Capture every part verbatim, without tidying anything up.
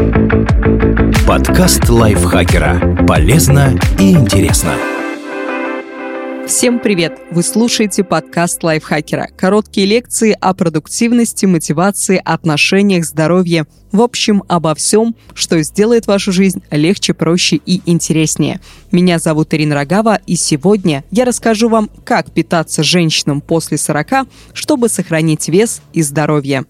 Подкаст лайфхакера. Полезно и интересно. Всем привет! Вы слушаете подкаст лайфхакера. Короткие лекции о продуктивности, мотивации, отношениях, здоровье. В общем, обо всем, что сделает вашу жизнь легче, проще и интереснее. Меня зовут Ирина Рогава, и сегодня я расскажу вам, как питаться женщинам после сорока, чтобы сохранить вес и здоровье.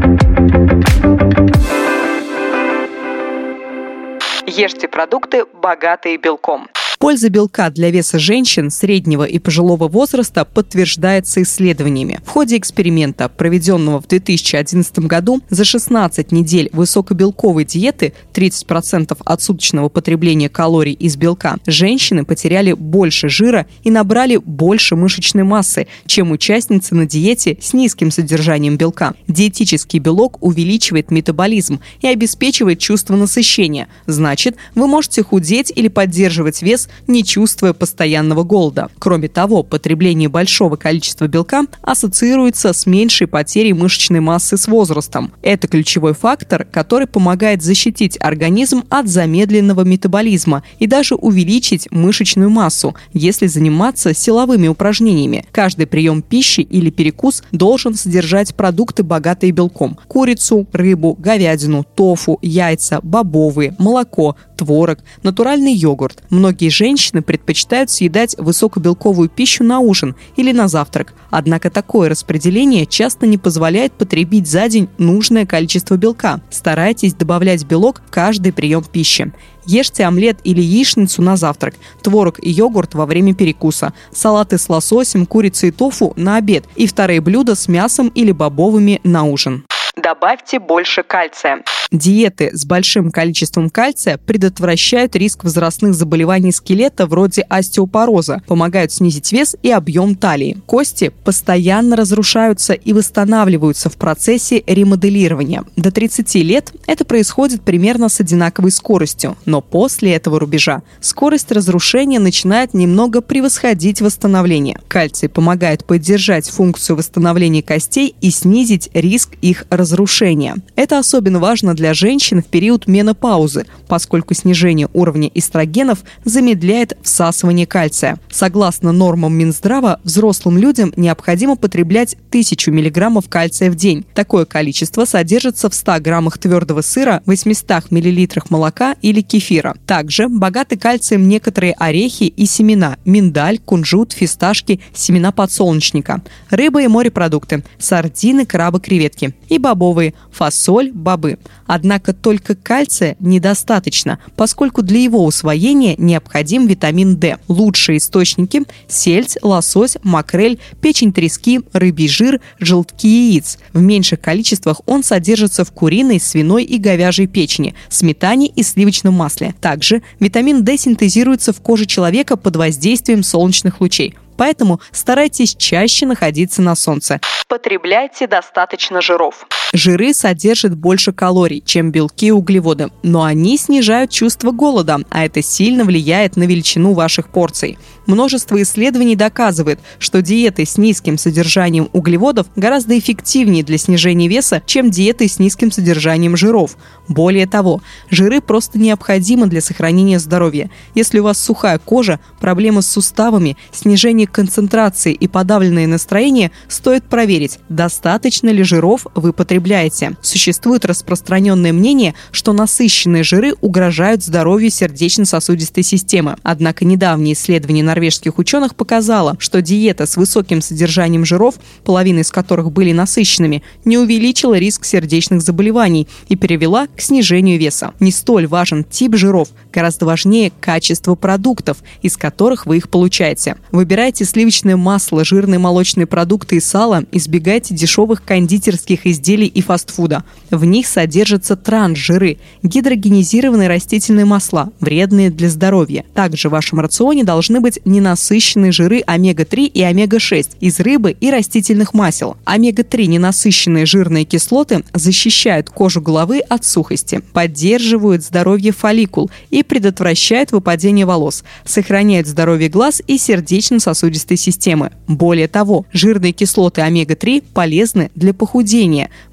Ешьте продукты, богатые белком. Польза белка для веса женщин среднего и пожилого возраста подтверждается исследованиями. В ходе эксперимента, проведенного в две тысячи одиннадцатом году, за шестнадцать недель высокобелковой диеты, тридцать процентов от суточного потребления калорий из белка, женщины потеряли больше жира и набрали больше мышечной массы, чем участницы на диете с низким содержанием белка. Диетический белок увеличивает метаболизм и обеспечивает чувство насыщения. Значит, вы можете худеть или поддерживать вес, не чувствуя постоянного голода. Кроме того, потребление большого количества белка ассоциируется с меньшей потерей мышечной массы с возрастом. Это ключевой фактор, который помогает защитить организм от замедленного метаболизма и даже увеличить мышечную массу, если заниматься силовыми упражнениями. Каждый прием пищи или перекус должен содержать продукты, богатые белком: курицу, рыбу, говядину, тофу, яйца, бобовые, молоко, творог, натуральный йогурт. Многие женщины предпочитают съедать высокобелковую пищу на ужин или на завтрак. Однако такое распределение часто не позволяет потребить за день нужное количество белка. Старайтесь добавлять белок в каждый прием пищи. Ешьте омлет или яичницу на завтрак, творог и йогурт во время перекуса, салаты с лососем, курицей и тофу на обед и вторые блюда с мясом или бобовыми на ужин. Добавьте больше кальция. Диеты с большим количеством кальция предотвращают риск возрастных заболеваний скелета вроде остеопороза, помогают снизить вес и объем талии. Кости постоянно разрушаются и восстанавливаются в процессе ремоделирования. До тридцати лет это происходит примерно с одинаковой скоростью, но после этого рубежа скорость разрушения начинает немного превосходить восстановление. Кальций помогает поддержать функцию восстановления костей и снизить риск их разрушения. Это особенно важно для женщин в период менопаузы, поскольку снижение уровня эстрогенов замедляет всасывание кальция. Согласно нормам Минздрава, взрослым людям необходимо потреблять тысячу миллиграммов кальция в день. Такое количество содержится в ста граммах твердого сыра, восьмистах миллилитрах молока или кефира. Также богаты кальцием некоторые орехи и семена: миндаль, кунжут, фисташки, семена подсолнечника, рыба и морепродукты, сардины, крабы, креветки и бобовые: фасоль, бобы. Однако только кальция недостаточно, поскольку для его усвоения необходим витамин D. Лучшие источники – сельдь, лосось, макрель, печень трески, рыбий жир, желтки яиц. В меньших количествах он содержится в куриной, свиной и говяжьей печени, сметане и сливочном масле. Также витамин D синтезируется в коже человека под воздействием солнечных лучей. Поэтому старайтесь чаще находиться на солнце. Потребляйте достаточно жиров. Жиры содержат больше калорий, чем белки и углеводы, но они снижают чувство голода, а это сильно влияет на величину ваших порций. Множество исследований доказывает, что диеты с низким содержанием углеводов гораздо эффективнее для снижения веса, чем диеты с низким содержанием жиров. Более того, жиры просто необходимы для сохранения здоровья. Если у вас сухая кожа, проблемы с суставами, снижение концентрации и подавленное настроение, стоит проверить, достаточно ли жиров вы потребляете. Существует распространенное мнение, что насыщенные жиры угрожают здоровью сердечно-сосудистой системы. Однако недавнее исследование норвежских ученых показало, что диета с высоким содержанием жиров, половина из которых были насыщенными, не увеличила риск сердечных заболеваний и привела к снижению веса. Не столь важен тип жиров, гораздо важнее качество продуктов, из которых вы их получаете. Выбирайте сливочное масло, жирные молочные продукты и сало, избегайте дешевых кондитерских изделий и фастфуда. В них содержатся трансжиры, гидрогенизированные растительные масла, вредные для здоровья. Также в вашем рационе должны быть ненасыщенные жиры омега три и омега шесть из рыбы и растительных масел. омега три ненасыщенные жирные кислоты защищают кожу головы от сухости, поддерживают здоровье фолликул и предотвращают выпадение волос, сохраняют здоровье глаз и сердечно-сосудистой системы. Более того, жирные кислоты омега три полезны для похудения.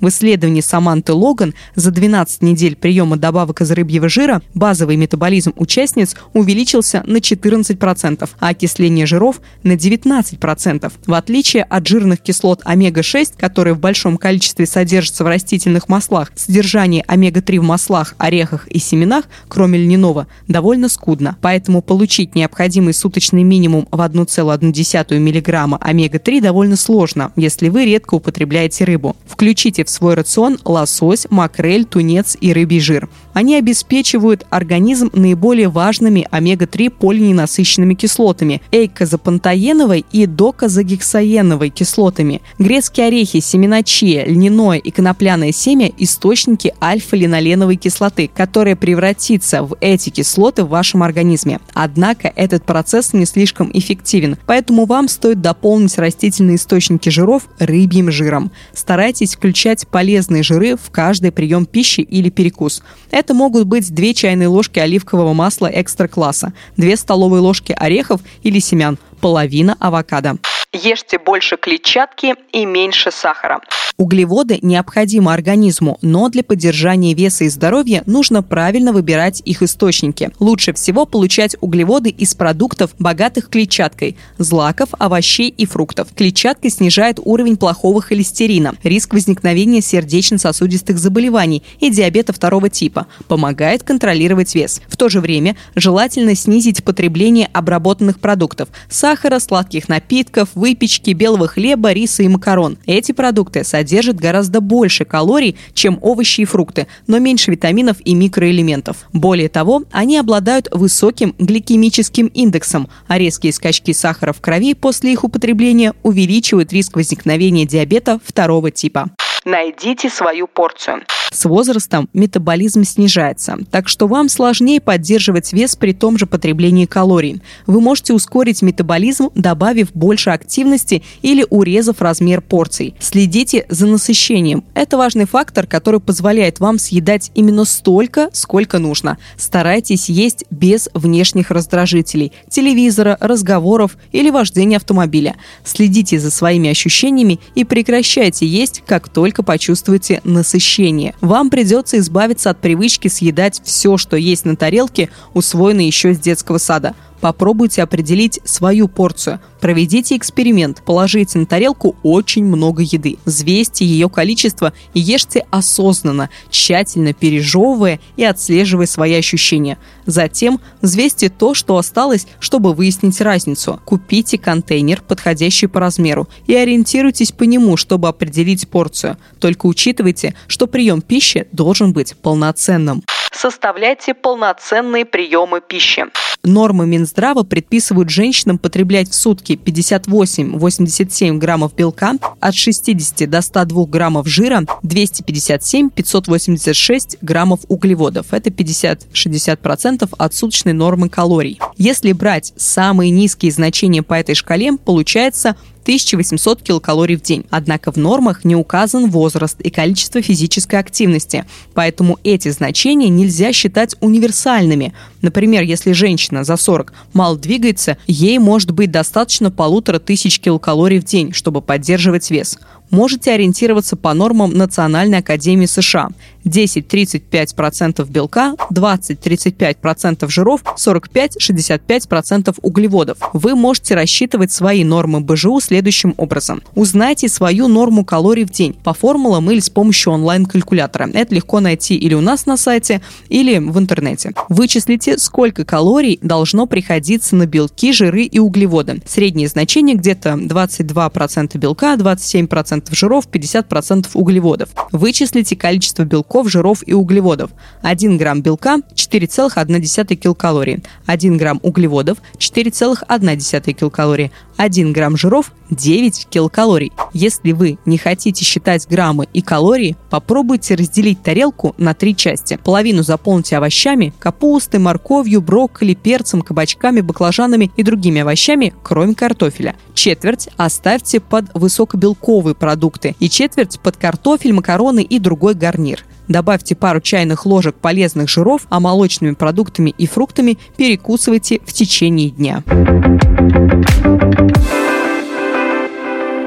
В исследовании Саманты Логан за двенадцать недель приема добавок из рыбьего жира базовый метаболизм участниц увеличился на четырнадцать процентов, а окисление жиров на девятнадцать процентов. В отличие от жирных кислот омега шесть, которые в большом количестве содержатся в растительных маслах, содержание омега три в маслах, орехах и семенах, кроме льняного, довольно скудно. Поэтому получить необходимый суточный минимум в одна целая одна десятая миллиграмма омега три довольно сложно, если вы редко употребляете рыбу. Включите в свой рацион лосось, макрель, тунец и рыбий жир. Они обеспечивают организм наиболее важными омега три полиненасыщенными кислотами – эйкозапантоеновой и докозагексаеновой кислотами. Грецкие орехи, семена чиа, льняное и конопляное семя – источники альфа-линоленовой кислоты, которая превратится в эти кислоты в вашем организме. Однако этот процесс не слишком эффективен, поэтому вам стоит дополнить растительные источники жиров рыбьим жиром. Старайтесь включать полезные жиры в каждый прием пищи или перекус. Это могут быть две чайные ложки оливкового масла экстра-класса, две столовые ложки орехов или семян, половина авокадо. Ешьте больше клетчатки и меньше сахара. Углеводы необходимы организму, но для поддержания веса и здоровья нужно правильно выбирать их источники. Лучше всего получать углеводы из продуктов, богатых клетчаткой, злаков, овощей и фруктов. Клетчатка снижает уровень плохого холестерина, риск возникновения сердечно-сосудистых заболеваний и диабета второго типа, помогает контролировать вес. В то же время желательно снизить потребление обработанных продуктов – сахара, сладких напитков, выпечки, белого хлеба, риса и макарон. Эти продукты содержат гораздо больше калорий, чем овощи и фрукты, но меньше витаминов и микроэлементов. Более того, они обладают высоким гликемическим индексом, а резкие скачки сахара в крови после их употребления увеличивают риск возникновения диабета второго типа. Найдите свою порцию. С возрастом метаболизм снижается, так что вам сложнее поддерживать вес при том же потреблении калорий. Вы можете ускорить метаболизм, добавив больше активности или урезав размер порций. Следите за насыщением. Это важный фактор, который позволяет вам съедать именно столько, сколько нужно. Старайтесь есть без внешних раздражителей, телевизора, разговоров или вождения автомобиля. Следите за своими ощущениями и прекращайте есть, как только почувствуете насыщение. Вам придется избавиться от привычки съедать все, что есть на тарелке, усвоенной еще с детского сада. Попробуйте определить свою порцию. Проведите эксперимент. Положите на тарелку очень много еды. Взвесьте ее количество и ешьте осознанно, тщательно пережевывая и отслеживая свои ощущения. Затем взвесьте то, что осталось, чтобы выяснить разницу. Купите контейнер, подходящий по размеру, и ориентируйтесь по нему, чтобы определить порцию. Только учитывайте, что прием пищи должен быть полноценным. Составляйте полноценные приемы пищи. Нормы Минздрава предписывают женщинам потреблять в сутки пятьдесят восемь - восемьдесят семь граммов белка, от шестидесяти до ста двух граммов жира, двести пятьдесят семь - пятьсот восемьдесят шесть граммов углеводов. Это пятьдесят - шестьдесят процентов от суточной нормы калорий. Если брать самые низкие значения по этой шкале, получается тысяча восемьсот килокалорий в день. Однако в нормах не указан возраст и количество физической активности, поэтому эти значения нельзя считать универсальными. Например, если женщина за сорок мало двигается, ей может быть достаточно полутора тысяч килокалорий в день, чтобы поддерживать вес. Можете ориентироваться по нормам Национальной академии США. десять - тридцать пять процентов белка, двадцать - тридцать пять процентов жиров, сорок пять - шестьдесят пять процентов углеводов. Вы можете рассчитывать свои нормы бэ жэ у следующим образом. Узнайте свою норму калорий в день по формулам или с помощью онлайн-калькулятора. Это легко найти или у нас на сайте, или в интернете. Вычислите, сколько калорий должно приходиться на белки, жиры и углеводы. Среднее значение где-то двадцать два процента белка, двадцать семь процентов жиров, пятьдесят процентов углеводов. Вычислите количество белков, жиров и углеводов. один грамм белка – четыре целых одна десятая килокалории, один грамм углеводов – четыре целых одна десятая килокалории, один грамм жиров – девять килокалорий. Если вы не хотите считать граммы и калории, попробуйте разделить тарелку на три части. Половину заполните овощами, капустой, морковью, брокколи, перцем, кабачками, баклажанами и другими овощами, кроме картофеля. Четверть оставьте под высокобелковые продукты и четверть под картофель, макароны и другой гарнир. Добавьте пару чайных ложек полезных жиров, а молочными продуктами и фруктами перекусывайте в течение дня.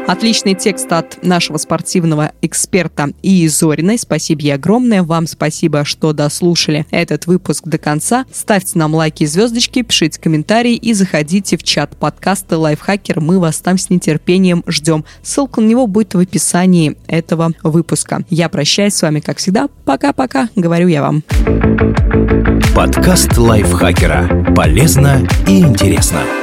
Отличный текст от нашего спортивного эксперта Ии Зориной. Спасибо ей огромное. Вам спасибо, что дослушали этот выпуск до конца. Ставьте нам лайки и звездочки, пишите комментарии и заходите в чат подкаста «Лайфхакер». Мы вас там с нетерпением ждем. Ссылка на него будет в описании этого выпуска. Я прощаюсь с вами, как всегда. Пока-пока, говорю я вам. Подкаст «Лайфхакера». Полезно и интересно.